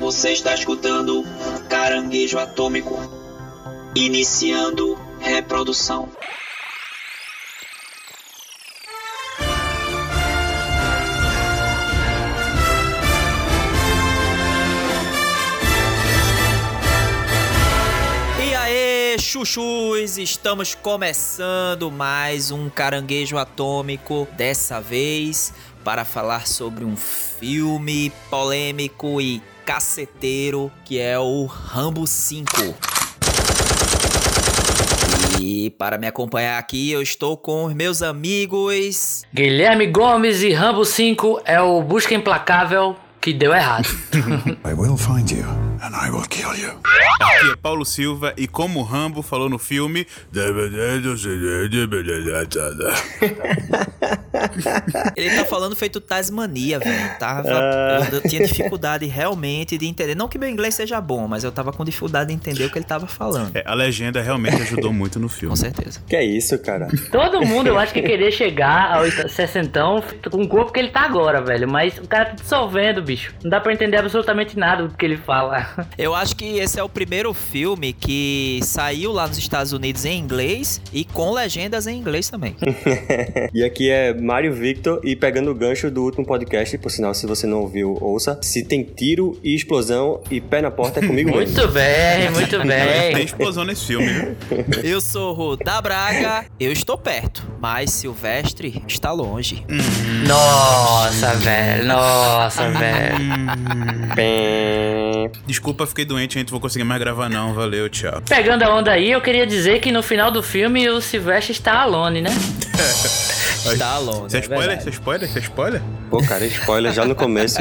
Você está escutando Caranguejo Atômico. Iniciando reprodução. E aí, chuchus, estamos começando mais um Caranguejo Atômico, dessa vez para falar sobre um filme polêmico e caceteiro que é o Rambo 5. E para me acompanhar aqui, eu estou com os meus amigos Guilherme Gomes, e Rambo 5 é o busca implacável que deu errado. I will find you and I will kill you. Aqui é Paulo Silva e como o Rambo falou no filme... Ele tá falando feito Tasmania, velho. Eu tinha dificuldade realmente de entender. Não que meu inglês seja bom, mas eu tava com dificuldade de entender o que ele tava falando. A legenda realmente ajudou muito no filme. Com certeza. Que é isso, cara? Todo mundo, eu acho que queria chegar ao 60 com o corpo que ele tá agora, velho. Mas o cara tá dissolvendo, bicho. Não dá pra entender absolutamente nada do que ele fala. Eu acho que esse é o primeiro filme que saiu lá nos Estados Unidos em inglês e com legendas em inglês também. E aqui é Mário Victor, e pegando o gancho do último podcast, por sinal, se você não ouviu, ouça. Se tem tiro e explosão e pé na porta, é comigo mesmo. Muito bem, muito bem. Tem explosão nesse filme, viu? Eu sou o da Braga, eu estou perto, mas Silvestre está longe. Nossa, velho. Nossa, velho. Desculpa, fiquei doente, gente. Não vou conseguir mais gravar não. Valeu, tchau. Pegando a onda aí, eu queria dizer que no final do filme o Silvestre está alone, né? Está longe. Você é spoiler? Você é spoiler? Você é spoiler? Pô, cara, spoiler já no começo.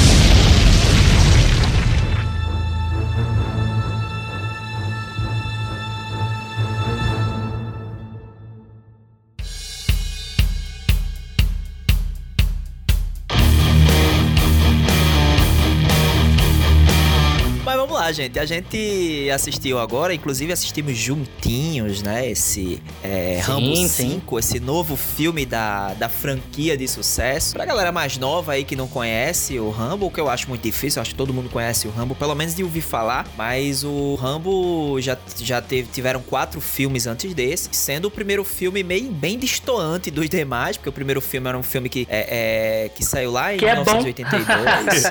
Vamos lá, gente. A gente assistiu agora, inclusive assistimos juntinhos, né? Esse Rambo 5, esse novo filme da franquia de sucesso. Pra galera mais nova aí que não conhece o Rambo, que eu acho muito difícil, eu acho que todo mundo conhece o Rambo, pelo menos de ouvir falar, mas o Rambo já tiveram 4 filmes antes desse, sendo o primeiro filme bem destoante dos demais, porque o primeiro filme era um filme que saiu lá em 1982.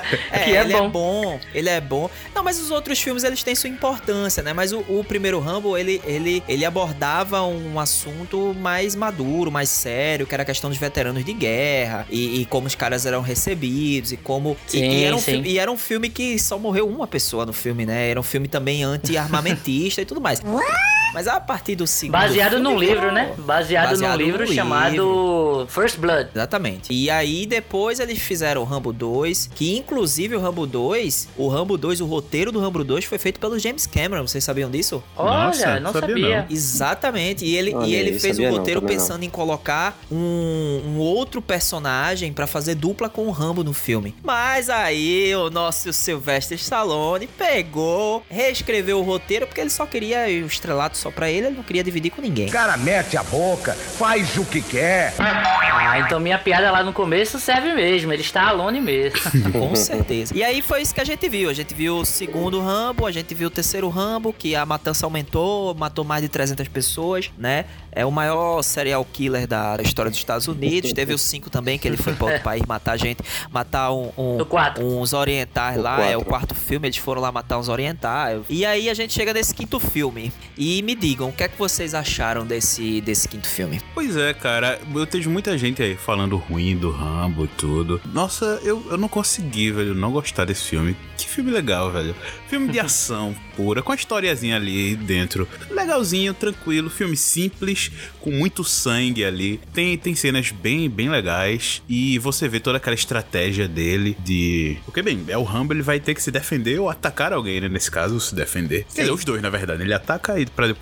Ele é bom. Não, mas os outros filmes, eles têm sua importância, né? Mas o primeiro Rambo, ele abordava um assunto mais maduro, mais sério, que era a questão dos veteranos de guerra e como os caras eram recebidos e como... E era um filme que só morreu uma pessoa no filme, né? Era um filme também anti-armamentista e tudo mais. Mas a partir do segundo Baseado filme, num livro, né? Baseado num livro chamado First Blood. Exatamente. E aí depois eles fizeram o Rambo 2, que inclusive o Rambo 2, o roteiro do Rambo 2 foi feito pelo James Cameron. Vocês sabiam disso? Olha, Nossa, não sabia. não. Exatamente. E ele fez o roteiro pensando em colocar um outro personagem pra fazer dupla com o Rambo no filme. Mas aí o nosso Sylvester Stallone pegou, reescreveu o roteiro, porque ele só queria o estrelato só pra ele não queria dividir com ninguém. O cara mete a boca, faz o que quer. Ah, então minha piada lá no começo serve mesmo. Ele está alone mesmo. Com certeza. E aí foi isso que a gente viu. A gente viu o segundo Rambo, a gente viu o terceiro Rambo, que a matança aumentou, matou mais de 300 pessoas, né? É o maior serial killer da história dos Estados Unidos. Teve o 5 também, que ele foi para outro país matar gente, matar uns orientais lá. 4. É o quarto filme, eles foram lá matar uns orientais. E aí a gente chega nesse quinto filme. E me digam, o que é que vocês acharam desse quinto filme? Pois é, cara. Eu tenho muita gente aí falando ruim do Rambo e tudo. Nossa, eu não consegui, velho, não gostar desse filme. Que filme legal, velho. Filme de ação pura, com a historiazinha ali dentro. Legalzinho, tranquilo, filme simples, com muito sangue ali. Tem cenas bem legais. E você vê toda aquela estratégia dele de... Porque, bem, o Rambo, ele vai ter que se defender ou atacar alguém, né? Nesse caso, se defender. Quer dizer, os dois, na verdade. Ele ataca pra depois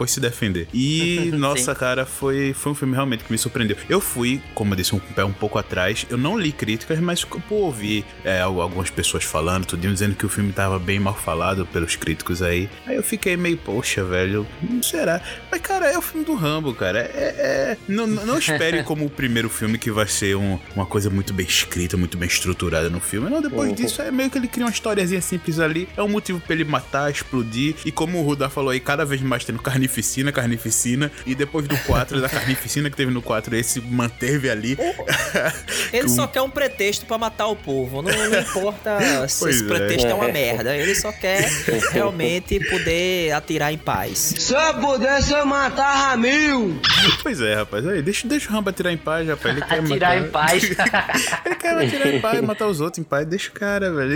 depois se defender. E, nossa, cara, foi um filme realmente que me surpreendeu. Eu fui, como eu disse, um pé um pouco atrás. Eu não li críticas, mas por ouvir algumas pessoas falando, tudinho, dizendo que o filme tava bem mal falado pelos críticos aí. Aí eu fiquei meio, poxa, velho, será? Mas, cara, é o filme do Rambo, cara. Não espere como o primeiro filme que vai ser uma coisa muito bem escrita, muito bem estruturada no filme. Não, depois disso é meio que ele cria uma historiazinha simples ali. É um motivo pra ele matar, explodir. E como o Rudá falou aí, cada vez mais tendo carnificina. E depois do 4, da carnificina que teve no 4, esse manteve ali. Ele só quer um pretexto pra matar o povo. Não importa se esse pretexto é uma merda. Ele só quer realmente poder atirar em paz. Se eu pudesse, eu matava 1000. Pois é, rapaz. Aí, deixa o Rambo atirar em paz, rapaz. Ele quer atirar em paz. Ele quer atirar em paz, matar os outros em paz. Deixa o cara, velho.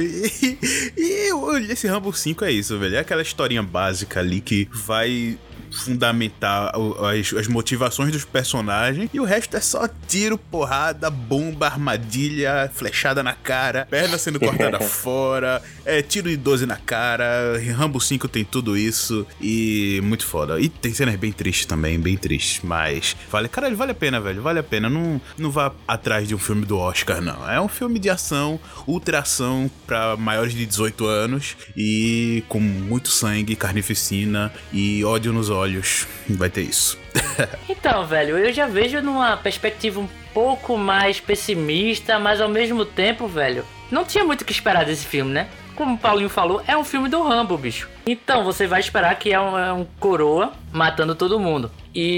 E esse Rambo 5 é isso, velho. É aquela historinha básica ali que vai fundamentar as motivações dos personagens, e o resto é só tiro, porrada, bomba, armadilha, flechada na cara, perna sendo cortada fora, tiro de 12 na cara. Rambo 5 tem tudo isso e muito foda. E tem cenas bem tristes também, bem tristes, mas vale a pena, velho, vale a pena. Não vá atrás de um filme do Oscar, não. É um filme de ação, ultra ação pra maiores de 18 anos e com muito sangue, carnificina e ódio nos olhos. Vai ter isso. Então, velho, eu já vejo numa perspectiva um pouco mais pessimista, mas ao mesmo tempo, velho, não tinha muito o que esperar desse filme, né? Como o Paulinho falou, é um filme do Rambo, bicho. Então você vai esperar que é um coroa matando todo mundo.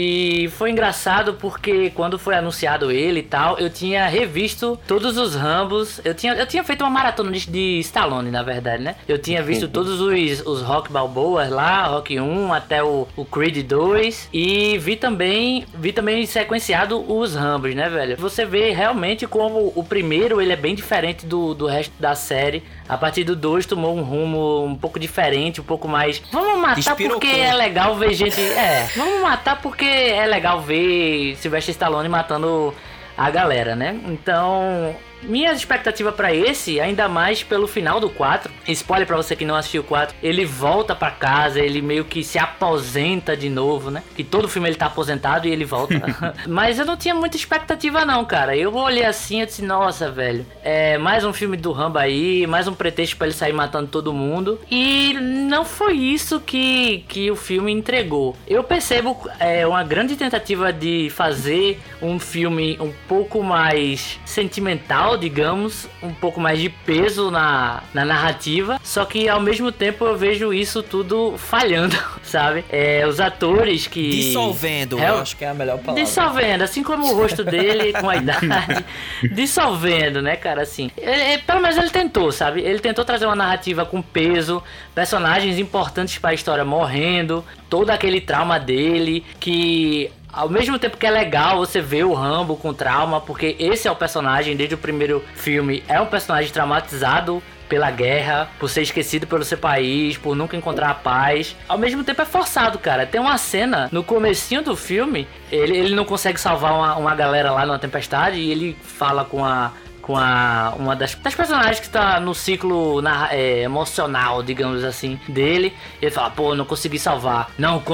E foi engraçado porque quando foi anunciado ele e tal, eu tinha revisto todos os Rambos. Eu tinha feito uma maratona de Stallone, na verdade, né? Eu tinha visto todos os Rock Balboas lá, Rock 1 até o Creed 2. E vi também sequenciado os Rambos, né, velho? Você vê realmente como o primeiro ele é bem diferente do resto da série. A partir do 2 tomou um rumo um pouco diferente, um pouco mais... Vamos matar porque é legal ver gente... Vamos matar porque é legal ver Sylvester Stallone matando a galera, né? Então... minha expectativa pra esse, ainda mais pelo final do 4, spoiler pra você que não assistiu o 4, ele volta pra casa, ele meio que se aposenta de novo, né? Que todo filme ele tá aposentado e ele volta. Mas eu não tinha muita expectativa não, cara. Eu olhei assim e disse, nossa, velho, mais um filme do Rambo aí, mais um pretexto pra ele sair matando todo mundo. E não foi isso que o filme entregou. Eu percebo uma grande tentativa de fazer um filme um pouco mais sentimental, digamos, um pouco mais de peso na narrativa, só que ao mesmo tempo eu vejo isso tudo falhando, sabe? Os atores que... dissolvendo, eu acho que é a melhor palavra. Dissolvendo, assim como o rosto dele com a idade, dissolvendo, né, cara, assim. Pelo menos ele tentou, sabe? Ele tentou trazer uma narrativa com peso, personagens importantes pra história morrendo, todo aquele trauma dele, que... ao mesmo tempo que é legal você ver o Rambo com trauma, porque esse é o personagem, desde o primeiro filme, é um personagem traumatizado pela guerra, por ser esquecido pelo seu país, por nunca encontrar a paz. Ao mesmo tempo é forçado, cara. Tem uma cena no comecinho do filme, ele não consegue salvar uma galera lá numa tempestade e ele fala com uma das personagens que tá no ciclo emocional, digamos assim, dele. Ele fala, pô, não consegui salvar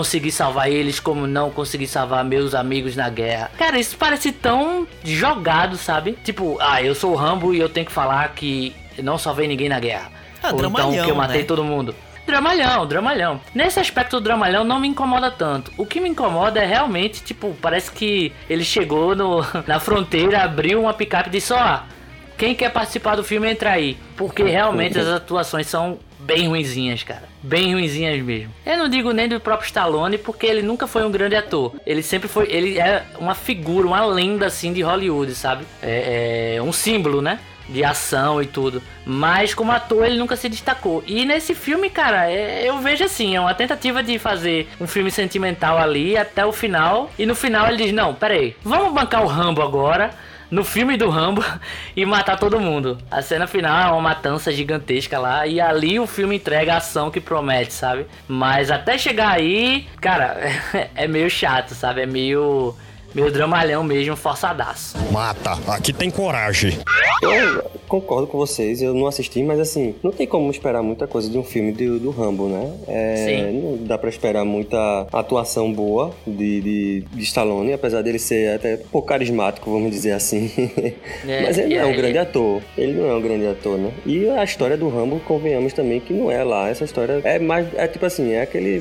eles como não consegui salvar meus amigos na guerra. Cara, isso parece tão jogado, sabe? Tipo, eu sou o Rambo e eu tenho que falar que eu não salvei ninguém na guerra. Ou então que eu matei todo mundo. Dramalhão. Nesse aspecto do dramalhão não me incomoda tanto. O que me incomoda é realmente, tipo, parece que ele chegou na fronteira, abriu uma picape e disse, quem quer participar do filme entra aí. Porque realmente as atuações são bem ruinzinhas, cara. Bem ruinzinhas mesmo. Eu não digo nem do próprio Stallone, porque ele nunca foi um grande ator. Ele sempre foi... ele é uma figura, uma lenda, assim, de Hollywood, sabe? É um símbolo, né? De ação e tudo. Mas como ator ele nunca se destacou. E nesse filme, cara, eu vejo assim, é uma tentativa de fazer um filme sentimental ali até o final. E no final ele diz, não, peraí, vamos bancar o Rambo agora, no filme do Rambo, e matar todo mundo. A cena final é uma matança gigantesca lá, e ali o filme entrega a ação que promete, sabe? Mas até chegar aí, cara, é meio chato, sabe? É meio dramalhão mesmo, forçadaço. Mata, aqui tem coragem. concordo com vocês, eu não assisti, mas assim, não tem como esperar muita coisa de um filme do Rambo, né? Sim. Não dá pra esperar muita atuação boa de Stallone, apesar dele ser até um pouco carismático, vamos dizer assim. Mas ele não é um grande ator. Ele não é um grande ator, né? E a história do Rambo, convenhamos também que não é lá. Essa história é mais... É tipo assim, é aquele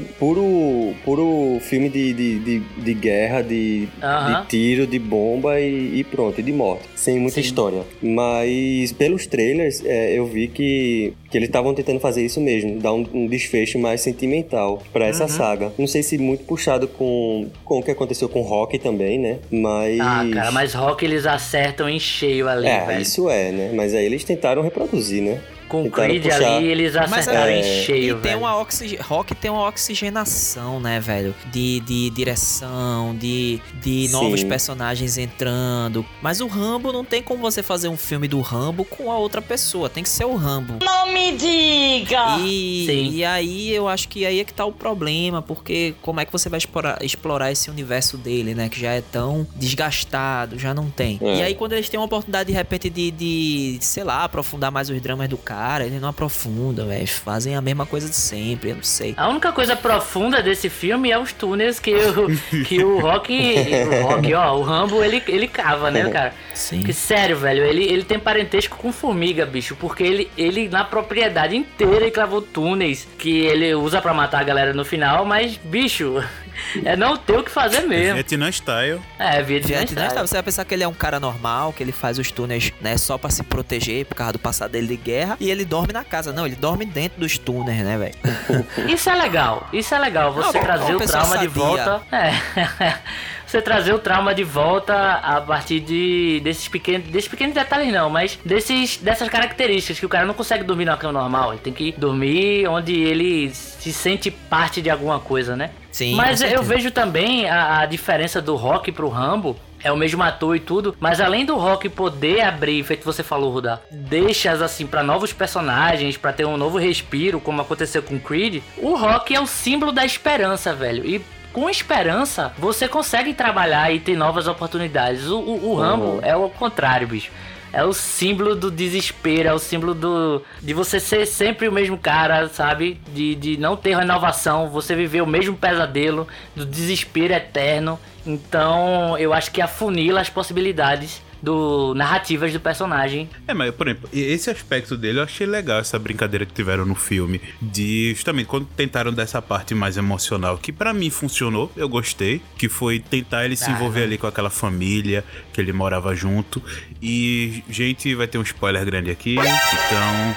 puro filme de guerra, de tiro, de bomba e pronto, e de morte. Sem muita história. Mas pelos trailers, eu vi que eles estavam tentando fazer isso mesmo, dar um desfecho mais sentimental pra essa saga. Não sei se muito puxado com o que aconteceu com Rocky também, né? Mas... cara, mas Rocky eles acertam em cheio ali, velho. Isso né? Mas aí eles tentaram reproduzir, né? Com o Creed ali, eles acertaram em cheio, velho. Rock tem uma oxigenação, né, velho? De direção, de novos personagens entrando. Mas o Rambo, não tem como você fazer um filme do Rambo com a outra pessoa. Tem que ser o Rambo. Não me diga! E aí, eu acho que aí é que tá o problema. Porque como é que você vai explorar esse universo dele, né? Que já é tão desgastado, já não tem. E aí, quando eles têm uma oportunidade, de repente, de sei lá, aprofundar mais os dramas do cara, ele não aprofunda, velho. Fazem a mesma coisa de sempre, eu não sei. A única coisa profunda desse filme é os túneis que o Rocky, o Rambo, ele cava, né, cara? Sim. Porque, sério, velho, ele tem parentesco com formiga, bicho, porque ele na propriedade inteira ele clavou túneis que ele usa pra matar a galera no final, mas, bicho... É não ter o que fazer mesmo. Vietnam Style. Vietnam Style. Você vai pensar que ele é um cara normal, que ele faz os túneis, né, só pra se proteger por causa do passado dele de guerra, e ele dorme na casa. Não, ele dorme dentro dos túneis, né, velho? Isso é legal. Você trazer o trauma de volta. Você trazer o trauma de volta a partir desses pequenos detalhes não, mas dessas características que o cara não consegue dormir na cama normal, ele tem que dormir onde ele se sente parte de alguma coisa, né? Sim, mas eu vejo também a diferença do Rocky pro Rambo. É o mesmo ator e tudo, mas além do Rocky poder abrir, feito você falou, Rudá, deixas assim pra novos personagens, pra ter um novo respiro, como aconteceu com Creed, o Rocky é o símbolo da esperança, velho. E com esperança, você consegue trabalhar e ter novas oportunidades. O Rambo é o contrário, bicho. É o símbolo do desespero, é o símbolo de você ser sempre o mesmo cara, sabe? De não ter renovação, você viver o mesmo pesadelo, do desespero eterno. Então, eu acho que afunila as possibilidades narrativas do personagem. Mas, por exemplo, esse aspecto dele eu achei legal, essa brincadeira que tiveram no filme, de justamente quando tentaram dessa parte mais emocional, que pra mim funcionou, eu gostei, que foi tentar ele se envolver ali com aquela família que ele morava junto. E, gente, vai ter um spoiler grande aqui, então...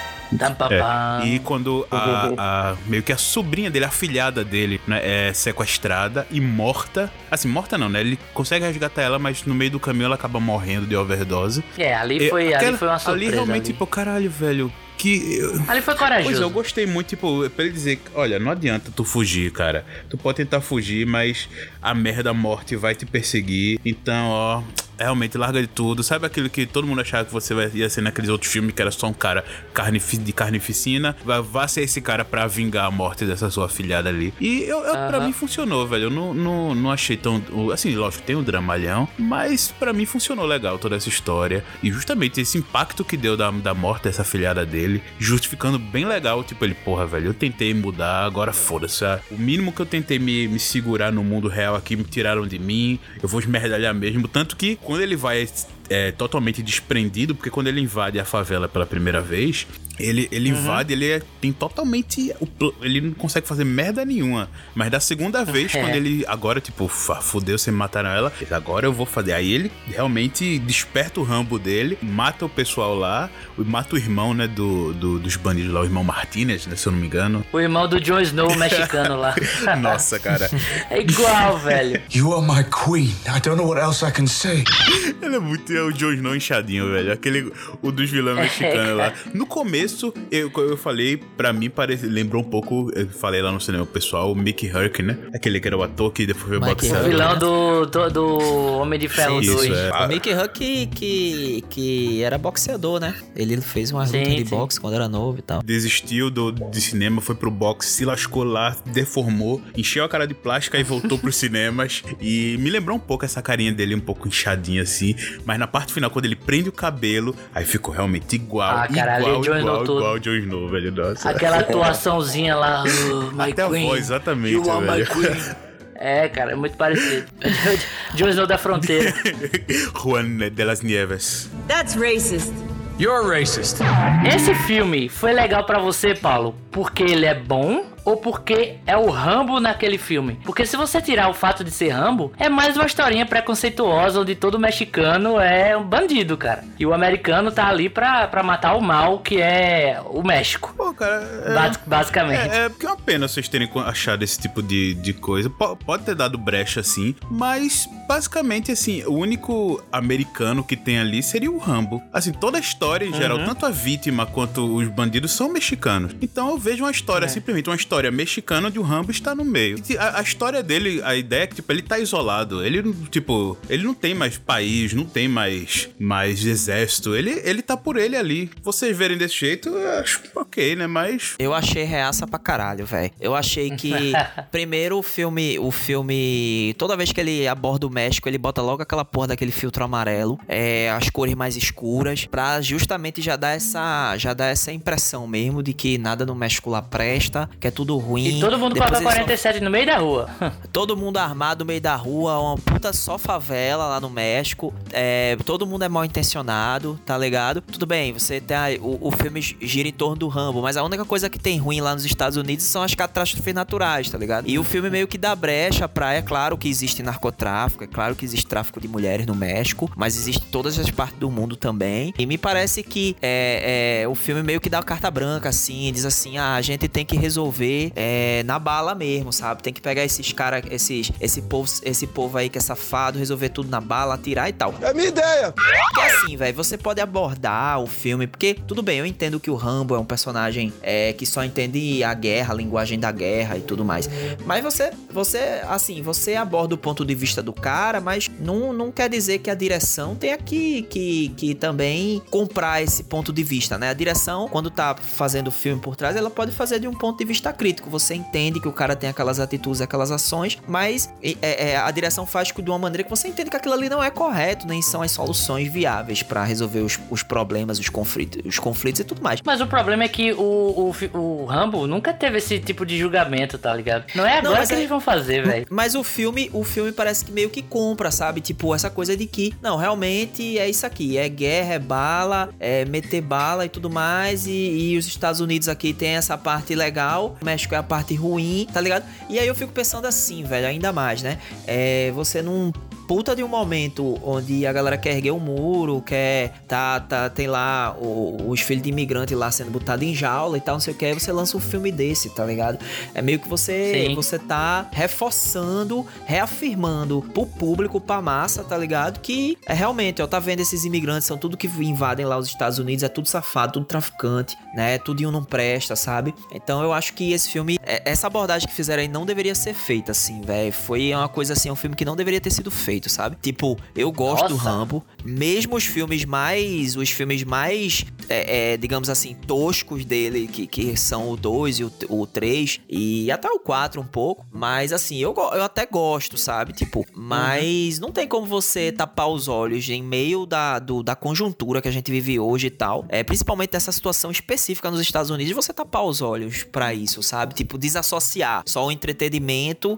E quando meio que a sobrinha dele, a afilhada dele, né, é sequestrada e morta. Assim, morta não, né? Ele consegue resgatar ela, mas no meio do caminho ela acaba morrendo de overdose. Ali foi uma surpresa. Ali realmente, tipo, caralho, velho. Ali foi corajoso. Pois eu gostei muito, tipo, pra ele dizer, olha, não adianta tu fugir, cara. Tu pode tentar fugir, mas a merda, a morte vai te perseguir. Então, realmente larga de tudo. Sabe aquilo que todo mundo achava que você ia ser naqueles outros filmes, que era só um cara de carnificina? Vá ser esse cara pra vingar a morte dessa sua afilhada ali. E pra mim funcionou, velho. Eu não achei tão... Assim, lógico, tem um dramalhão, mas pra mim funcionou legal toda essa história. E justamente esse impacto que deu da morte dessa afilhada dele, justificando bem legal, tipo, ele, porra, velho, eu tentei mudar, agora foda-se. O mínimo que eu tentei me segurar no mundo real aqui, me tiraram de mim, eu vou esmerdalhar mesmo. Tanto que quando ele vai totalmente desprendido, porque quando ele invade a favela pela primeira vez, ele invade, ele tem totalmente... Ele não consegue fazer merda nenhuma. Mas da segunda vez, quando ele... Agora, tipo, fudeu, você mataram ela. Agora eu vou fazer. Aí ele realmente desperta o Rambo dele, mata o pessoal lá, mata o irmão, né, dos bandidos lá, o irmão Martinez, né, se eu não me engano. O irmão do Jon Snow, mexicano lá. Nossa, cara. É igual, velho. You are my queen. I don't know what else I can say. Ele é muito... o Jon Snow inchadinho, velho. O dos vilões mexicanos lá. No começo, começo, eu falei, pra mim lembrou um pouco, eu falei lá no cinema pessoal, o Mickey Rourke, né? Aquele que era o ator que depois foi boxeador. O vilão do Homem de Ferro 2. O Mickey Rourke que era boxeador, né? Ele fez uma luta de boxe quando era novo e tal. Desistiu de cinema, foi pro boxe, se lascou lá, deformou, encheu a cara de plástica e voltou pros cinemas. E me lembrou um pouco essa carinha dele, um pouco inchadinha assim. Mas na parte final, quando ele prende o cabelo, aí ficou realmente igual o Jon Snow, velho. Nossa. Aquela atuaçãozinha lá, my Até queen. a voz, exatamente, You are my queen. É, cara, é muito parecido. Jon Snow da fronteira. Juan de las Nieves. That's racist. You're racist. Esse filme foi legal pra você, Paulo, porque ele é bom ou porque é o Rambo naquele filme? Porque se você tirar o fato de ser Rambo, é mais uma historinha preconceituosa onde todo mexicano é um bandido, cara. E o americano tá ali pra matar o mal, que é o México. Pô, cara... Basicamente. Porque é uma pena vocês terem achado esse tipo de coisa. Pode ter dado brecha, assim, mas basicamente, assim, o único americano que tem ali seria o Rambo. Assim, toda a história em geral, tanto a vítima quanto os bandidos são mexicanos. Então eu vejo uma história, simplesmente uma história mexicana onde o Rambo está no meio. A história dele, a ideia é que, tipo, ele tá isolado. Ele, tipo, ele não tem mais país, não tem mais exército. Ele tá por ele ali. Vocês verem desse jeito, eu acho ok, né? Mas... Eu achei reaça pra caralho, velho. Eu achei que, primeiro, o filme... Toda vez que ele aborda o México, ele bota logo aquela porra daquele filtro amarelo, as cores mais escuras, pra justamente já dar essa impressão mesmo de que nada no México lá presta, que é tudo ruim. E todo mundo com a 47 no meio da rua. Todo mundo armado no meio da rua, uma puta só favela lá no México. Todo mundo é mal intencionado, tá ligado? Tudo bem, você tem o filme gira em torno do Rambo, mas a única coisa que tem ruim lá nos Estados Unidos são as catástrofes naturais, tá ligado? E o filme meio que dá brecha pra... É claro que existe narcotráfico, é claro que existe tráfico de mulheres no México, mas existe em todas as partes do mundo também. E me parece que o filme meio que dá uma carta branca, assim, diz assim, a gente tem que resolver na bala mesmo, sabe? Tem que pegar esses caras, esse povo aí que é safado, resolver tudo na bala, atirar e tal. É minha ideia! Porque assim, velho, você pode abordar o filme, porque, tudo bem, eu entendo que o Rambo é um personagem que só entende a guerra, a linguagem da guerra e tudo mais. Mas você aborda o ponto de vista do cara, mas não quer dizer que a direção tenha que também comprar esse ponto de vista, né? A direção, quando tá fazendo o filme por trás, ela pode fazer de um ponto de vista crítico. Você entende que o cara tem aquelas atitudes, aquelas ações, mas a direção faz de uma maneira que você entende que aquilo ali não é correto, nem são as soluções viáveis pra resolver os problemas, os conflitos e tudo mais. Mas o problema é que o Rambo nunca teve esse tipo de julgamento, tá ligado? Não é agora que eles vão fazer, velho. Mas o filme parece que meio que compra, sabe? Tipo, essa coisa de que, não, realmente é isso aqui, é guerra, é bala, é meter bala e tudo mais, e os Estados Unidos aqui tem essa parte legal, o México é a parte ruim, tá ligado? E aí eu fico pensando assim, velho, ainda mais, né? Você não... puta de um momento onde a galera quer erguer um muro, tem lá os filhos de imigrante lá sendo botado em jaula e tal, não sei o que, aí você lança um filme desse, tá ligado? É meio que você tá reforçando, reafirmando pro público, pra massa, tá ligado? Que realmente, ó, tá vendo esses imigrantes, são tudo que invadem lá os Estados Unidos, é tudo safado, tudo traficante, né? Tudo não presta, sabe? Então eu acho que esse filme, essa abordagem que fizeram aí não deveria ser feita, assim, velho. Foi uma coisa assim, um filme que não deveria ter sido feito, sabe? Tipo, eu gosto do Rambo, mesmo os filmes mais digamos assim, toscos dele, que são o 2 e o 3 e até o 4 um pouco, mas assim, eu até gosto, sabe? Tipo, mas não tem como você tapar os olhos em meio da conjuntura que a gente vive hoje e tal, principalmente dessa situação específica nos Estados Unidos, você tapar os olhos pra isso, sabe? Tipo, desassociar só o entretenimento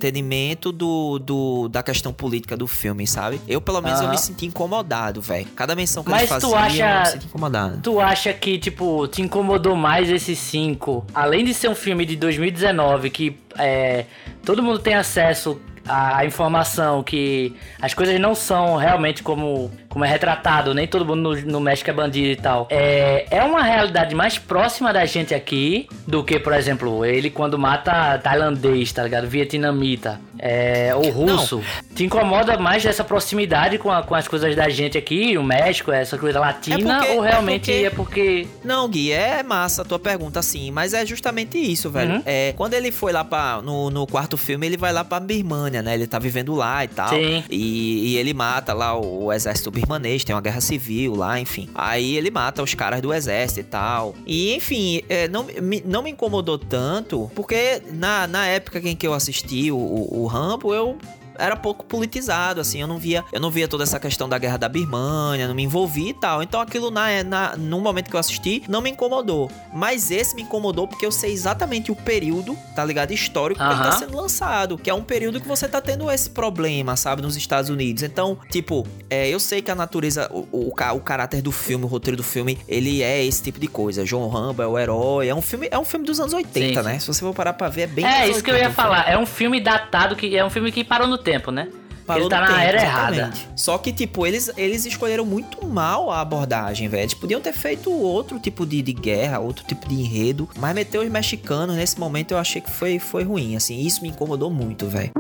da questão política do filme, sabe? Eu, pelo menos, eu me senti incomodado, velho. Cada menção que ele fazia, eu me senti incomodado. Tu acha que, tipo, te incomodou mais esse 5? Além de ser um filme de 2019 que todo mundo tem acesso a informação que as coisas não são realmente como é retratado, nem todo mundo no México é bandido e tal. É uma realidade mais próxima da gente aqui do que, por exemplo, ele quando mata tailandês, tá ligado? Vietnamita. o russo. Não. Te incomoda mais essa proximidade com as coisas da gente aqui, o México, essa coisa latina, ou realmente é porque... Não, Gui, é massa a tua pergunta, assim, mas é justamente isso, velho. Quando ele foi lá no quarto filme, ele vai lá pra Birmania, né? Ele tá vivendo lá e tal. Sim. E ele mata lá o exército birmanês, tem uma guerra civil lá, enfim. Aí ele mata os caras do exército e tal. E, enfim, não me incomodou tanto, porque na época em que eu assisti o Rambo, eu era pouco politizado, assim, eu não via toda essa questão da guerra da Birmania, não me envolvi e tal. Então aquilo no momento que eu assisti, não me incomodou. Mas esse me incomodou porque eu sei exatamente o período, tá ligado? Histórico que ele tá sendo lançado, que é um período que você tá tendo esse problema, sabe? Nos Estados Unidos. Então, tipo, eu sei que a natureza, o caráter do filme, o roteiro do filme, ele é esse tipo de coisa. João Rambo é o herói, é um filme dos anos 80, sim, né? Se você for parar pra ver, é bem... isso que eu ia falar, é um filme datado, é um filme que parou no tempo, né? Parou ele tá na era errada. Só que, tipo, eles escolheram muito mal a abordagem, velho. Eles podiam ter feito outro tipo de guerra, outro tipo de enredo, mas meter os mexicanos nesse momento eu achei que foi ruim, assim. Isso me incomodou muito, velho.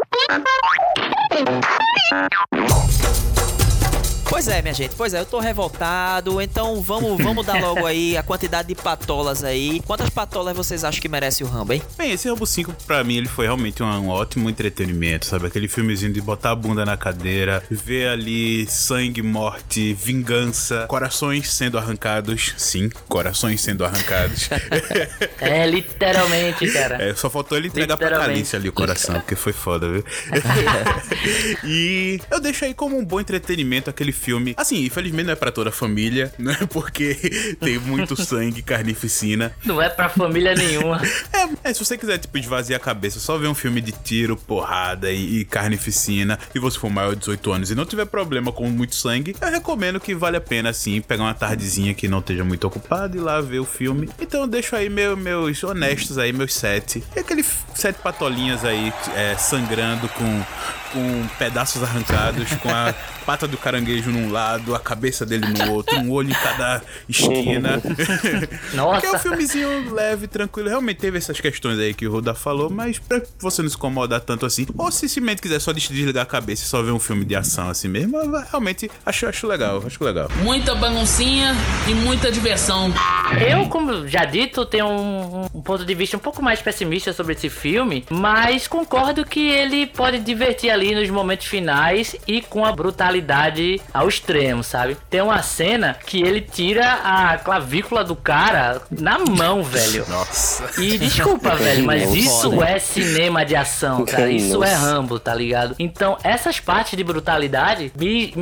Pois é, minha gente, eu tô revoltado, então vamos dar logo aí a quantidade de patolas aí. Quantas patolas vocês acham que merece o Rambo, hein? Bem, esse Rambo 5, pra mim, ele foi realmente um ótimo entretenimento, sabe? Aquele filmezinho de botar a bunda na cadeira, ver ali sangue, morte, vingança, corações sendo arrancados. Sim, corações sendo arrancados. Literalmente, cara. Só faltou ele entregar pra Calice ali o coração, porque foi foda, viu? E eu deixo aí como um bom entretenimento aquele filme. Assim, infelizmente não é pra toda a família, né? Porque tem muito sangue, carnificina. Não é pra família nenhuma. Se você quiser, tipo, esvaziar a cabeça, só ver um filme de tiro, porrada e carnificina, e você for maior de 18 anos e não tiver problema com muito sangue, eu recomendo que vale a pena, assim, pegar uma tardezinha que não esteja muito ocupado e ir lá ver o filme. Então eu deixo aí meus honestos aí, meus 7. E aqueles 7 patolinhas aí, sangrando com pedaços arrancados, com a pata do caranguejo num lado, a cabeça dele no outro, um olho em cada esquina. Nossa! Que é um filmezinho leve, tranquilo. Realmente teve essas questões aí que o Roda falou, mas pra você não se incomodar tanto assim, ou se simplesmente quiser só desligar a cabeça e só ver um filme de ação assim mesmo, realmente acho legal, Muita baguncinha e muita diversão. Eu, como já dito, tenho um ponto de vista um pouco mais pessimista sobre esse filme, mas concordo que ele pode divertir ali nos momentos finais e com a brutalidade ao extremo, sabe? Tem uma cena que ele tira a clavícula do cara na mão, velho. Nossa. E desculpa, velho, mas isso é cinema de ação, cara. Isso é Rambo, tá ligado? Então, essas partes de brutalidade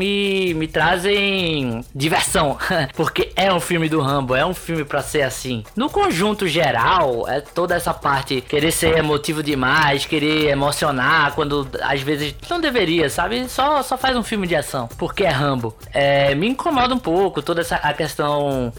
me trazem diversão. Porque é um filme do Rambo, é um filme pra ser assim. No conjunto geral, é toda essa parte querer ser emotivo demais, querer emocionar quando às vezes não deveria, sabe? Só faz um filme de ação, porque é Rambo. Me incomoda um pouco toda a questão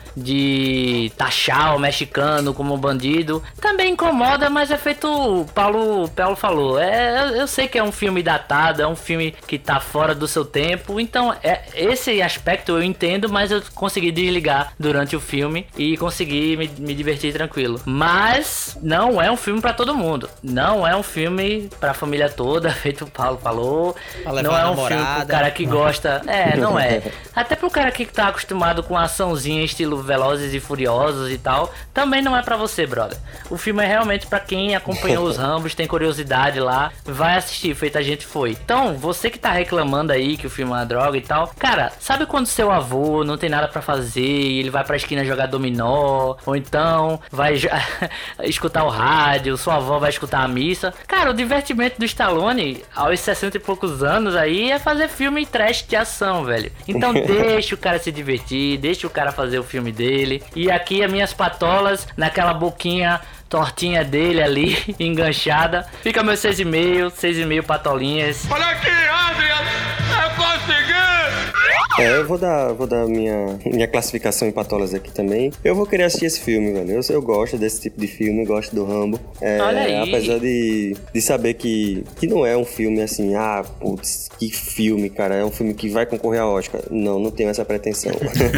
de taxar o mexicano como um bandido. Também incomoda, mas é feito o Paulo falou. Eu sei que é um filme datado, é um filme que tá fora do seu tempo, então esse aspecto eu entendo, mas eu consegui desligar durante o filme e consegui me divertir tranquilo. Mas não é um filme pra todo mundo. Não é um filme pra família toda, feito o Paulo falou. Não é um filme pro cara que gosta. Não é. Até pro cara que tá acostumado com açãozinha estilo Velozes e Furiosos e tal, também não é pra você, brother. O filme é realmente pra quem acompanhou os Rambos, tem curiosidade lá, vai assistir, feito a gente foi. Então, você que tá reclamando aí que o filme é uma droga e tal, cara, sabe quando seu avô não tem nada pra fazer e ele vai pra esquina jogar dominó, ou então vai escutar o rádio, sua avó vai escutar a missa? Cara, o divertimento do Stallone, aos 60 e poucos anos aí, é fazer filme trash de ação, velho. Então deixa o cara se divertir, deixa o cara fazer o filme dele. E aqui as minhas patolas, naquela boquinha tortinha dele ali, enganchada. Fica meus 6,5 patolinhas. Olha aqui, Adrian! Eu consegui! Eu vou dar minha classificação em patolas aqui também. Eu vou querer assistir esse filme, velho. Eu gosto desse tipo de filme, gosto do Rambo. Olha aí. Apesar de saber que não é um filme assim, putz, que filme, cara. É um filme que vai concorrer ao Oscar. Não tenho essa pretensão.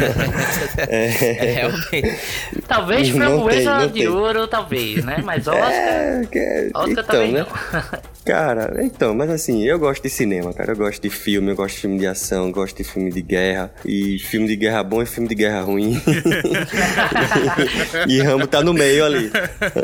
Realmente. Talvez Framboesa de Ouro, talvez, né? Mas Oscar então, também né? não. Cara, mas assim, eu gosto de cinema, cara. Eu gosto de filme, eu gosto de filme de ação, eu gosto de filme de guerra. E filme de guerra bom e filme de guerra ruim. E Rambo tá no meio ali.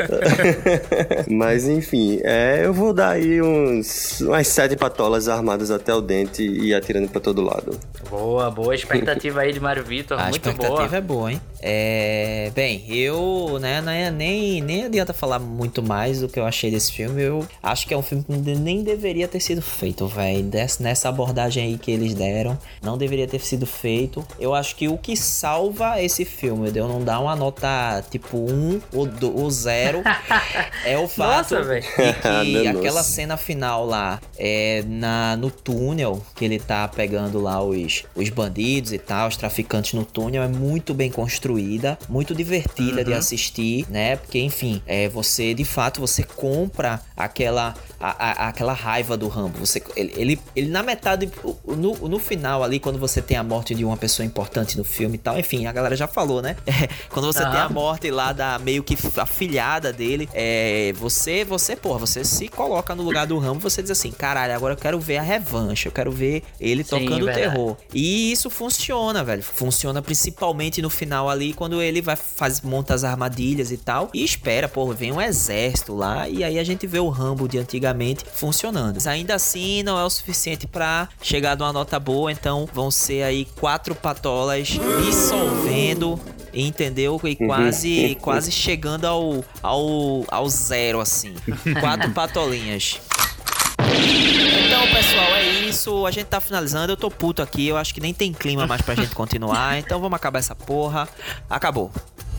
Mas enfim, eu vou dar aí umas 7 patolas armadas até o dente e atirando pra todo lado. Boa expectativa aí de Mário Vitor, muito boa. A expectativa é boa, hein? Bem, eu, né, nem adianta falar muito mais do que eu achei desse filme. Eu acho que é um filme que nem deveria ter sido feito, velho. Nessa abordagem aí que eles deram, não deveria ter sido feito. Eu acho que o que salva esse filme, de eu não dar uma nota tipo 1 ou 0, é o fato de que aquela cena final lá, no túnel, que ele tá pegando lá os bandidos e tal, os traficantes no túnel, é muito bem construída, muito divertida de assistir, né? Porque, enfim, você, de fato, você compra aquela raiva do Rambo. Ele na metade, no final ali, quando você tem a morte de uma pessoa importante no filme e tal, enfim, a galera já falou, né? Quando você tem a morte lá da meio que a filhada dele, você se coloca no lugar do Rambo, você diz assim, caralho, agora eu quero ver a revanche, eu quero ver ele tocando o terror. E isso funciona, velho. Funciona principalmente no final ali, quando ele monta as armadilhas e tal, e espera, vem um exército lá, e aí a gente vê o Rambo de antigamente funcionando. Mas ainda assim, não é o suficiente pra chegar numa nota boa, então vão ser aí 4 patolas dissolvendo, entendeu? E quase chegando ao 0, assim. 4 patolinhas. Então, pessoal, é isso. A gente tá finalizando. Eu tô puto aqui. Eu acho que nem tem clima mais pra gente continuar. Então vamos acabar essa porra. Acabou.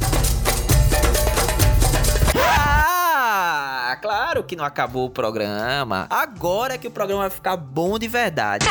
Claro que não acabou o programa. Agora é que o programa vai ficar bom de verdade.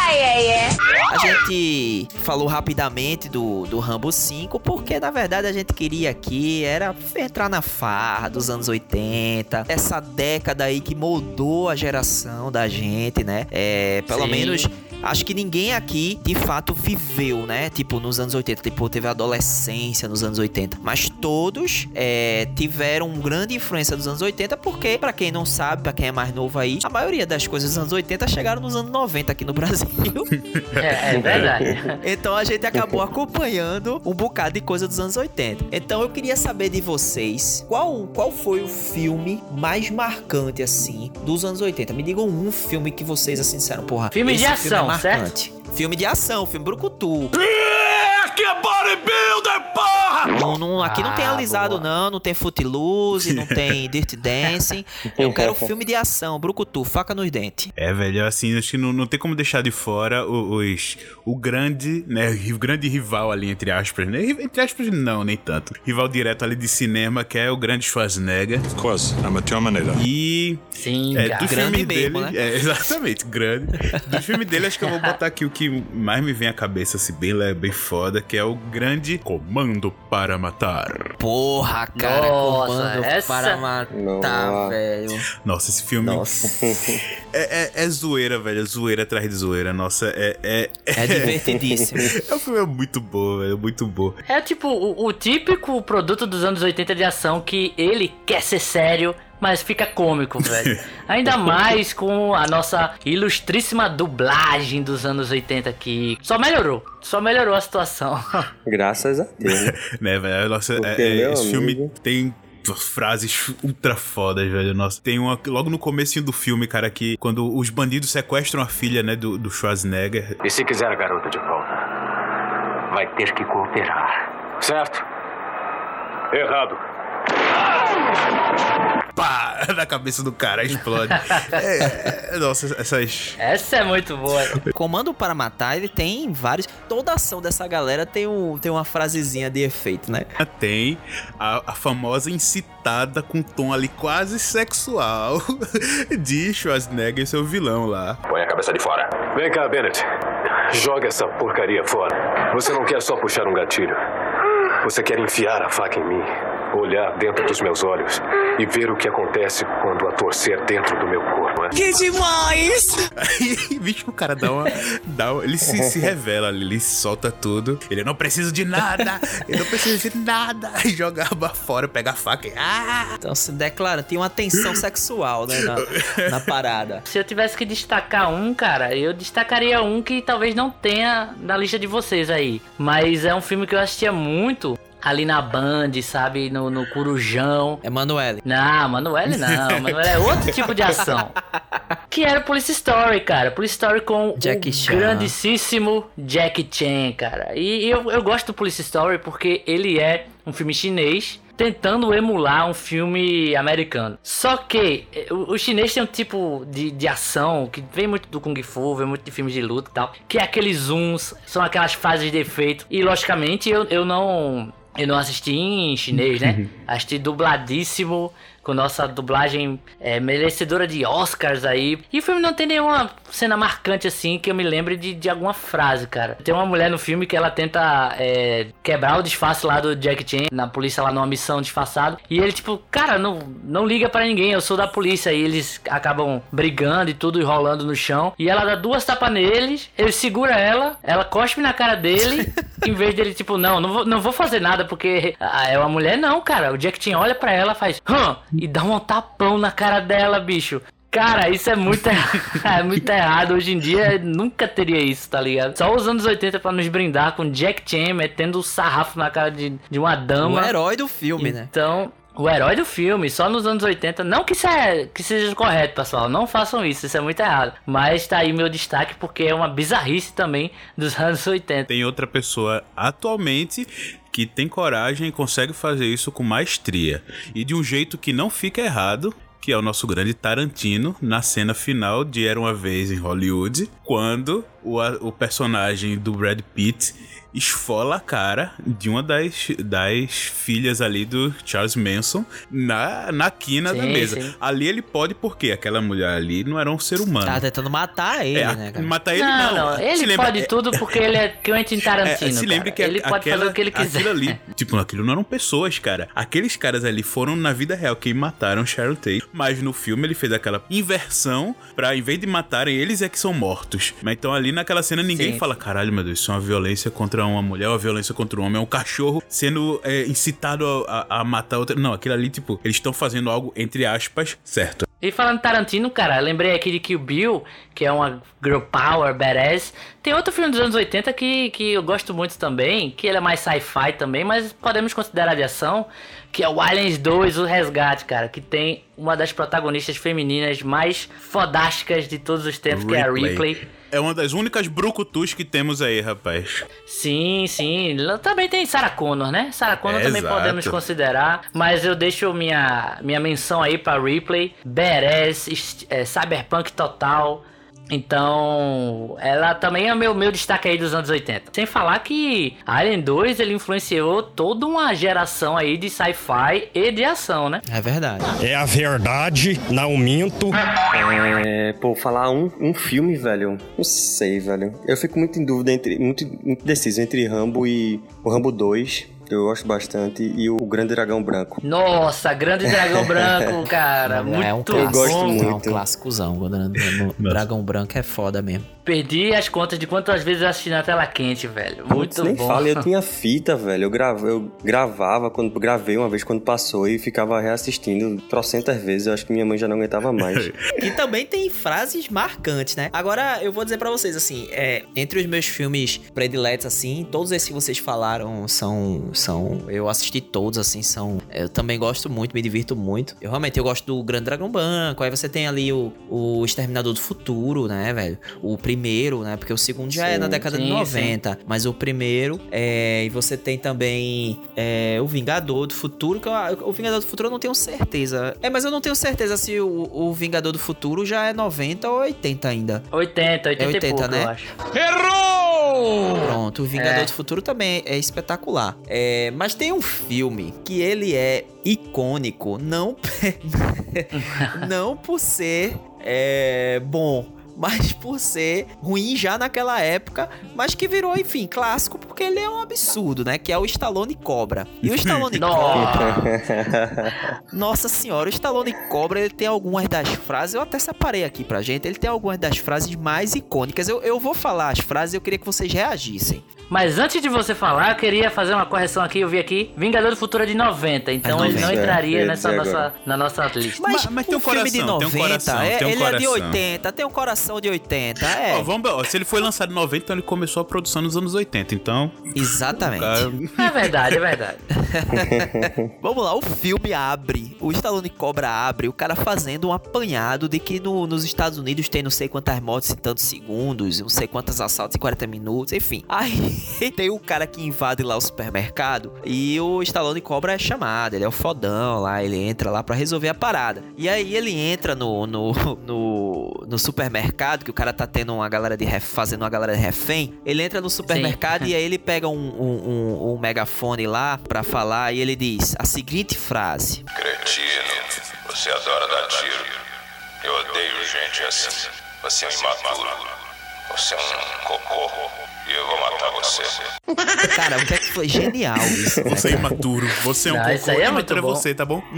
A gente falou rapidamente do Rambo 5, porque na verdade a gente queria aqui era entrar na farra dos anos 80, essa década aí que moldou a geração da gente, né? Pelo menos acho que ninguém aqui, de fato, viveu, né? Tipo, nos anos 80. Tipo, teve adolescência nos anos 80. Mas todos tiveram grande influência dos anos 80, porque, pra quem não sabe, pra quem é mais novo aí, a maioria das coisas dos anos 80 chegaram nos anos 90 aqui no Brasil. É verdade. Então a gente acabou acompanhando um bocado de coisa dos anos 80. Então eu queria saber de vocês, qual foi o filme mais marcante, assim, dos anos 80? Me digam um filme que vocês, assim, disseram, porra, filme de ação, marcante. Certo? Filme de ação, filme brucutu. Aqui é bodybuilder, porra! Aqui não tem alisado, não tem Footloose, não tem Dirty Dancing. Eu quero filme de ação, brucutu, faca nos dentes. Velho, assim, acho que não tem como deixar de fora o grande, né, o grande rival ali, entre aspas, né? Entre aspas, não, nem tanto. Rival direto ali de cinema, que é o grande Schwarzenegger. Of course, I'm a Terminator. E... Sim, do grande filme mesmo, dele, né? Exatamente, grande. Do filme dele, acho que eu vou botar aqui o que mais me vem à cabeça, assim, bem foda, que é o grande Comando para Matar. Porra, cara, Comando para Matar, velho. Nossa, esse filme... Nossa. É zoeira, velho. Zoeira atrás de zoeira. Nossa, é divertidíssimo. O filme é muito bom, velho. Muito bom. É tipo o típico produto dos anos 80 de ação que ele quer ser sério, mas fica cômico, velho. Ainda mais com a nossa ilustríssima dublagem dos anos 80 que só melhorou a situação. Graças a Deus. Né, velho? Nossa, esse filme tem frases ultra fodas, velho. Nossa, tem uma logo no comecinho do filme, cara, que quando os bandidos sequestram a filha, né, do Schwarzenegger. E se quiser a garota de volta, vai ter que cooperar. Certo? Errado. Pá! Na cabeça do cara, explode. Nossa, Essa é muito boa. Comando para Matar, ele tem vários... Toda ação dessa galera tem uma frasezinha de efeito, né? Tem a famosa incitada com tom ali quase sexual de Schwarzenegger e seu vilão lá. Põe a cabeça de fora. Vem cá, Bennett. Joga essa porcaria fora. Você não quer só puxar um gatilho. Você quer enfiar a faca em mim, olhar dentro dos meus olhos e ver o que acontece quando a torcer dentro do meu corpo, né? Que demais! Aí, bicho, o cara ele se revela ali, ele solta tudo. Ele, não preciso de nada, eu não preciso de nada. Aí joga a arma fora, pega a faca e... Então se declara, tem uma tensão sexual, né, na parada. Se eu tivesse que destacar um, cara, eu destacaria um que talvez não tenha na lista de vocês aí. Mas é um filme que eu assistia muito ali na Band, sabe? No Corujão. Emanuele. Não, Emanuele não. Emanuele é outro tipo de ação. Que era o Police Story, cara. Police Story com Jackie o Chan. grandíssimo Jackie Chan, cara. E eu gosto do Police Story porque ele é um filme chinês tentando emular um filme americano. Só que o chinês tem um tipo de ação que vem muito do Kung Fu, vem muito de filmes de luta e tal, que é aqueles zooms, são aquelas fases de efeito. E logicamente eu não assisti em chinês, né? Assisti dubladíssimo, com nossa dublagem merecedora de Oscars aí. E o filme não tem nenhuma cena marcante assim que eu me lembre de alguma frase, cara. Tem uma mulher no filme que ela tenta quebrar o disfarce lá do Jackie Chan na polícia lá numa missão disfarçado. E ele tipo, cara, não liga pra ninguém, eu sou da polícia. E eles acabam brigando e tudo, enrolando no chão. E ela dá 2 tapas neles, ele segura ela cospe na cara dele. Em vez dele tipo, não vou fazer nada porque é uma mulher, não, cara. O Jackie Chan olha pra ela, faz e dá um tapão na cara dela, bicho. Cara, isso é muito muito errado. Hoje em dia nunca teria isso, tá ligado? Só os anos 80 pra nos brindar com Jack Chan metendo o sarrafo na cara de uma dama. O herói do filme, né? Então, o herói do filme, só nos anos 80. Não que seja correto, pessoal. Não façam isso é muito errado. Mas tá aí meu destaque porque é uma bizarrice também dos anos 80. Tem outra pessoa atualmente que tem coragem e consegue fazer isso com maestria. E de um jeito que não fica errado, que é o nosso grande Tarantino, na cena final de Era Uma Vez em Hollywood, quando o personagem do Brad Pitt esfola a cara de uma das filhas ali do Charles Manson na quina da mesa. Sim. Ali ele pode, porque aquela mulher ali não era um ser humano. Tá tentando matar ele, né, cara? Matar ele não. Ele pode tudo porque ele é Quentin Tarantino, se lembre que ele pode fazer o que ele quiser. Aquilo ali, aquilo não eram pessoas, cara. Aqueles caras ali foram, na vida real, quem mataram Sharon Tate. Mas no filme ele fez aquela inversão pra, em vez de matarem, eles é que são mortos. Mas então ali naquela cena ninguém fala, caralho, meu Deus, isso é uma violência contra uma mulher, uma violência contra um homem, é um cachorro sendo incitado a matar outra. Não, aquilo ali, tipo, eles estão fazendo algo, entre aspas, certo. E falando de Tarantino, cara, lembrei aqui de Kill Bill, que é uma girl power, badass. Tem outro filme dos anos 80 que eu gosto muito também, que ele é mais sci-fi também, mas podemos considerar de ação, que é o Aliens 2, O Resgate, cara, que tem uma das protagonistas femininas mais fodásticas de todos os tempos, que é a Ripley. É uma das únicas brucutus que temos aí, rapaz. Sim. Também tem Sarah Connor, né? Sarah Connor também podemos considerar. Mas eu deixo minha menção aí pra Ripley. Badass, cyberpunk total. Então, ela também é meu destaque aí dos anos 80. Sem falar que Alien 2, ele influenciou toda uma geração aí de sci-fi e de ação, né? É verdade. É a verdade, não minto. Falar um filme, velho, não sei, velho. Eu fico muito em dúvida, muito indeciso entre Rambo e o Rambo 2. Eu gosto bastante. E o Grande Dragão Branco. Nossa, Grande Dragão Branco, cara. Muito bom. Eu gosto muito. É um clássicozão. O Dragão Branco é foda mesmo. Perdi as contas de quantas vezes eu assisti na tela quente, velho. Muito nem bom. Fala, eu tinha fita, velho. Eu gravava, gravei uma vez quando passou e ficava reassistindo trocentas vezes. Eu acho que minha mãe já não aguentava mais. E também tem frases marcantes, né? Agora, eu vou dizer pra vocês, assim, entre os meus filmes prediletos, assim, todos esses que vocês falaram são eu assisti todos, assim, eu também gosto muito, me divirto muito. Eu gosto do Grande Dragão Branco. Aí você tem ali o Exterminador do Futuro, né, velho? O primeiro, né? Porque o segundo já é na década de 90. Sim. Mas o primeiro, e você tem também o Vingador do Futuro, que o Vingador do Futuro eu não tenho certeza. Mas eu não tenho certeza se o Vingador do Futuro já é 90 ou 80 ainda. 80 e pouco, né? eu acho. Errou! Pronto, o Vingador do Futuro também é espetacular. Mas tem um filme que ele é icônico, não por ser bom, mas por ser ruim já naquela época, mas que virou, enfim, clássico por que ele é um absurdo, né? Que é o Stallone Cobra. E o Stallone Cobra... Nossa senhora, o Stallone Cobra, ele tem algumas das frases, eu até separei aqui pra gente, ele tem algumas das frases mais icônicas. Eu vou falar as frases, eu queria que vocês reagissem. Mas antes de você falar, eu queria fazer uma correção aqui. Eu vi aqui, Vingador do Futuro é de 90, então ele não entraria na nossa lista. Mas tem um filme de 90, tem um coração, ele é de 80, tem um coração de 80, se ele foi lançado em 90, então ele começou a produção nos anos 80, então... Exatamente. É verdade. Vamos lá, o filme abre, o Stallone Cobra abre, o cara fazendo um apanhado de que nos Estados Unidos tem não sei quantas mortes em tantos segundos, não sei quantos assaltos em 40 minutos, enfim. Aí tem o cara que invade lá o supermercado e o Stallone Cobra é chamado, ele é o fodão lá, ele entra lá pra resolver a parada. E aí ele entra no supermercado, que o cara tá tendo uma galera fazendo uma galera de refém, ele entra no supermercado e aí ele pega um megafone lá pra falar e ele diz a seguinte frase: Cretino, você adora dar tiro. Eu odeio gente assim. Você é um imaturo. Você é um cocô. E eu vou matar você. Cara, o que é que foi genial isso? Você é imaturo. Você é um cocô. Isso aí é muito bom. Você, tá bom?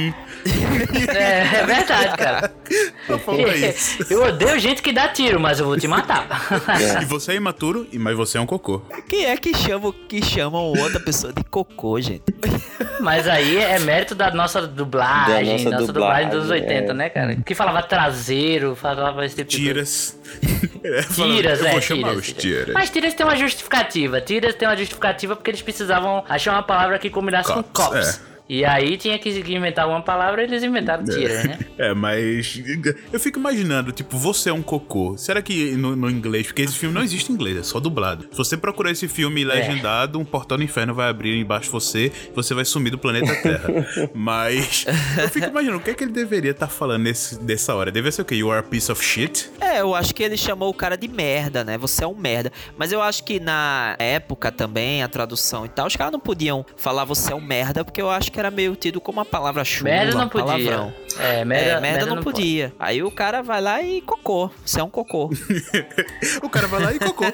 É verdade, cara. Isso. Eu odeio gente que dá tiro, mas eu vou te matar. E você é imaturo, mas você é um cocô. Quem é que chamam outra pessoa de cocô, gente? Mas aí é mérito da nossa dublagem, nossa dublagem dos 80, né, cara? Que falava traseiro, falava esse tipo de Tiras. Tiras, eu vou chamar os tiras. Mas tiras tem uma justificativa. Tiras tem uma justificativa porque eles precisavam achar uma palavra que combinasse com cops. E aí tinha que inventar uma palavra e eles inventaram tiras, né? Mas eu fico imaginando, tipo, você é um cocô. Será que no inglês, porque esse filme não existe em inglês, é só dublado. Se você procurar esse filme legendado, um portal do inferno vai abrir embaixo de você e você vai sumir do planeta Terra. Mas eu fico imaginando, o que é que ele deveria estar falando nessa hora? Deveria ser o quê? You are a piece of shit? Eu acho que ele chamou o cara de merda, né? Você é um merda. Mas eu acho que na época também, a tradução e tal, os caras não podiam falar você é um merda, porque eu acho que era meio tido como uma palavra chula, merda não podia. Palavrão. Merda não podia. Pode. Aí o cara vai lá e cocô. Você é um cocô. O cara vai lá e cocô.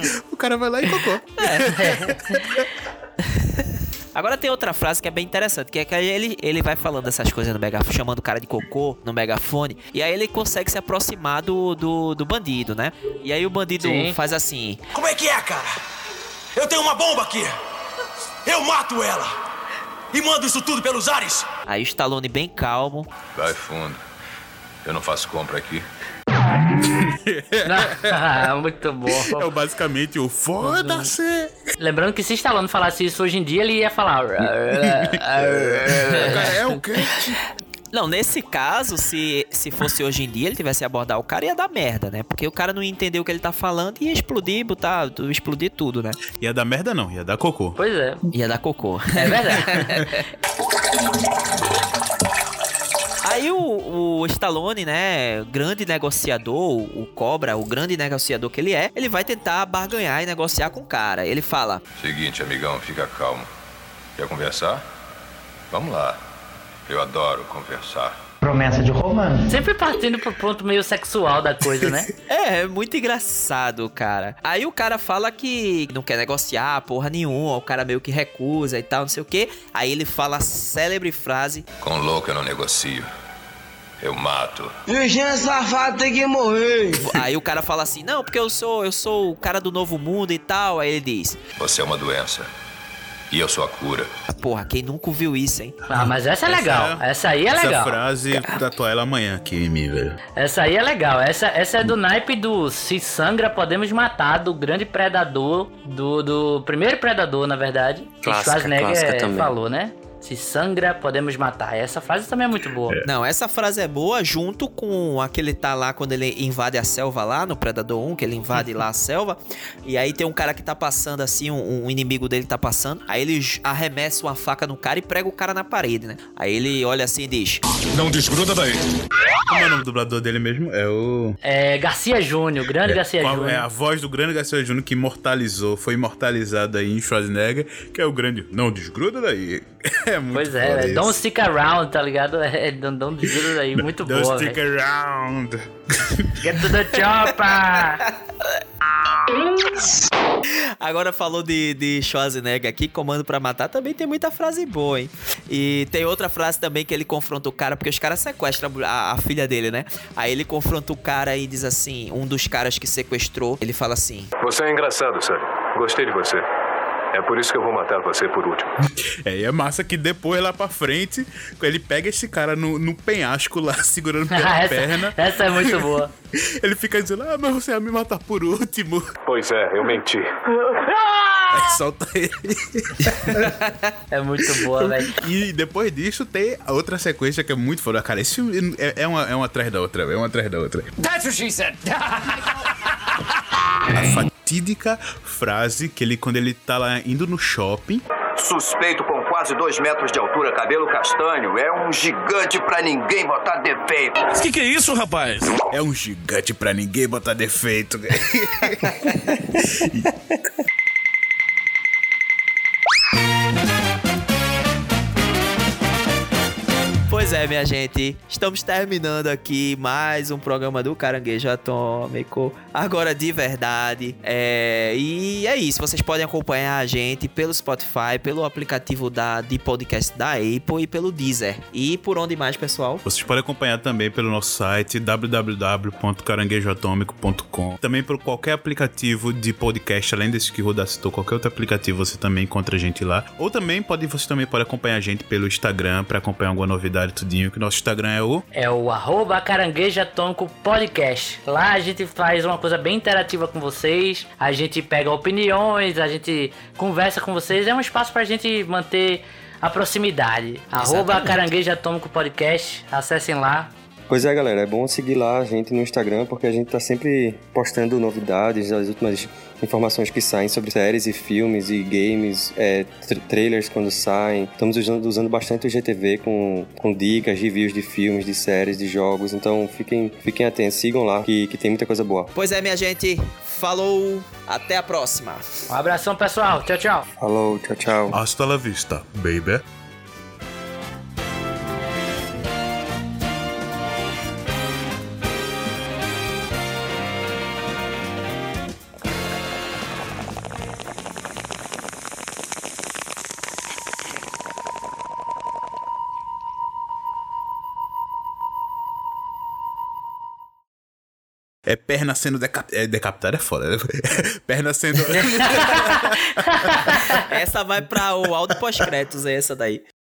Agora tem outra frase que é bem interessante, que é que ele vai falando essas coisas no megafone, chamando o cara de cocô no megafone, e aí ele consegue se aproximar do bandido, né? E aí o bandido faz assim: como é que é, cara? Eu tenho uma bomba aqui. Eu mato ela. E mando isso tudo pelos ares. Aí o Stallone bem calmo: vai fundo. Eu não faço compra aqui. Muito bom. É basicamente o foda-se. Lembrando que se Stallone falasse isso hoje em dia, ele ia falar é o quê? Não, nesse caso, se fosse hoje em dia, ele tivesse abordar o cara, ia dar merda, né? Porque o cara não ia entender o que ele tá falando e ia explodir, explodir tudo, né? Ia dar merda não, ia dar cocô. Pois é. Ia dar cocô. É verdade. Aí o Stallone, né, grande negociador, o Cobra, o grande negociador que ele vai tentar barganhar e negociar com o cara. Ele fala: seguinte, amigão, fica calmo. Quer conversar? Vamos lá. Eu adoro conversar. Promessa de romance. Sempre partindo pro ponto meio sexual da coisa, né? É muito engraçado, cara. Aí o cara fala que não quer negociar porra nenhuma, o cara meio que recusa e tal, não sei o quê. Aí ele fala a célebre frase: com louco eu não negocio. Eu mato. Virgem safado tem que morrer. Aí o cara fala assim: não, porque eu sou o cara do novo mundo e tal. Aí ele diz: você é uma doença. E eu sou a cura. Porra, quem nunca ouviu isso, hein? Mas essa é legal. Essa aí é legal. Essa frase tatuar ela amanhã aqui em mim, velho. Essa aí é legal. Essa é do naipe do se sangra podemos matar, do grande predador, do primeiro predador, na verdade. Clássica, Schwarzenegger falou, né? Se sangra, podemos matar. Essa frase também é muito boa. Não, essa frase é boa junto com aquele tá lá quando ele invade a selva lá no Predador 1, que ele invade lá a selva. E aí tem um cara que tá passando assim, um inimigo dele tá passando. Aí ele arremessa uma faca no cara e prega o cara na parede, né? Aí ele olha assim e diz: não desgruda daí. Como é o nome do dublador dele mesmo? É Garcia Júnior, grande Garcia Júnior. É a voz do grande Garcia Júnior que foi imortalizado aí em Schwarzenegger, que é o grande não desgruda daí. É muito pois é, don't stick around, tá ligado? Don't desgruda daí, muito boa. Don't stick around. Get to the chopper. Agora falou de Schwarzenegger aqui, Comando pra Matar, também tem muita frase boa, hein? E tem outra frase também que ele confronta o cara, porque os caras sequestram a filha dele, né? Aí ele confronta o cara e diz assim, um dos caras que sequestrou, ele fala assim: Você é engraçado, Sully. Gostei de você. É por isso que eu vou matar você por último. E é massa que depois, lá pra frente, ele pega esse cara no penhasco lá, segurando pela perna. Essa é muito boa. Ele fica dizendo, mas você vai me matar por último. Pois é, eu menti. Aí solta ele. É muito boa, velho. E depois disso tem a outra sequência que é muito foda. Cara, esse filme é uma atrás da outra, é uma atrás da outra. That's what she said. A fatídica frase que ele, quando ele tá lá indo no shopping... Suspeito com quase 2 metros de altura, cabelo castanho, é um gigante pra ninguém botar defeito. Que é isso, rapaz? É um gigante pra ninguém botar defeito. Pois é, minha gente, estamos terminando aqui mais um programa do Caranguejo Atômico, agora de verdade, e é isso, vocês podem acompanhar a gente pelo Spotify, pelo aplicativo de podcast da Apple e pelo Deezer. E por onde mais, pessoal? Vocês podem acompanhar também pelo nosso site www.caranguejoatômico.com, também por qualquer aplicativo de podcast, além desse que o Rodar citou, qualquer outro aplicativo você também encontra a gente lá, ou também você também pode acompanhar a gente pelo Instagram para acompanhar alguma novidade tudinho, que nosso Instagram é o @Caranguejo Atômico Podcast. Lá a gente faz uma coisa bem interativa com vocês, a gente pega opiniões, a gente conversa com vocês, é um espaço pra gente manter a proximidade. @Caranguejo Atômico Podcast, acessem lá. Pois é, galera, é bom seguir lá a gente no Instagram, porque a gente tá sempre postando novidades, as últimas informações que saem sobre séries e filmes e games, trailers quando saem. Estamos usando bastante o GTV com dicas, reviews de filmes, de séries, de jogos, então fiquem atentos, sigam lá que tem muita coisa boa. Pois é, minha gente, falou, até a próxima. Um abração, pessoal, tchau, tchau. Falou, tchau, tchau. Hasta la vista, baby. Perna sendo decapitada é foda, né? Perna sendo... Essa vai pra o áudio pós-créditos, essa daí.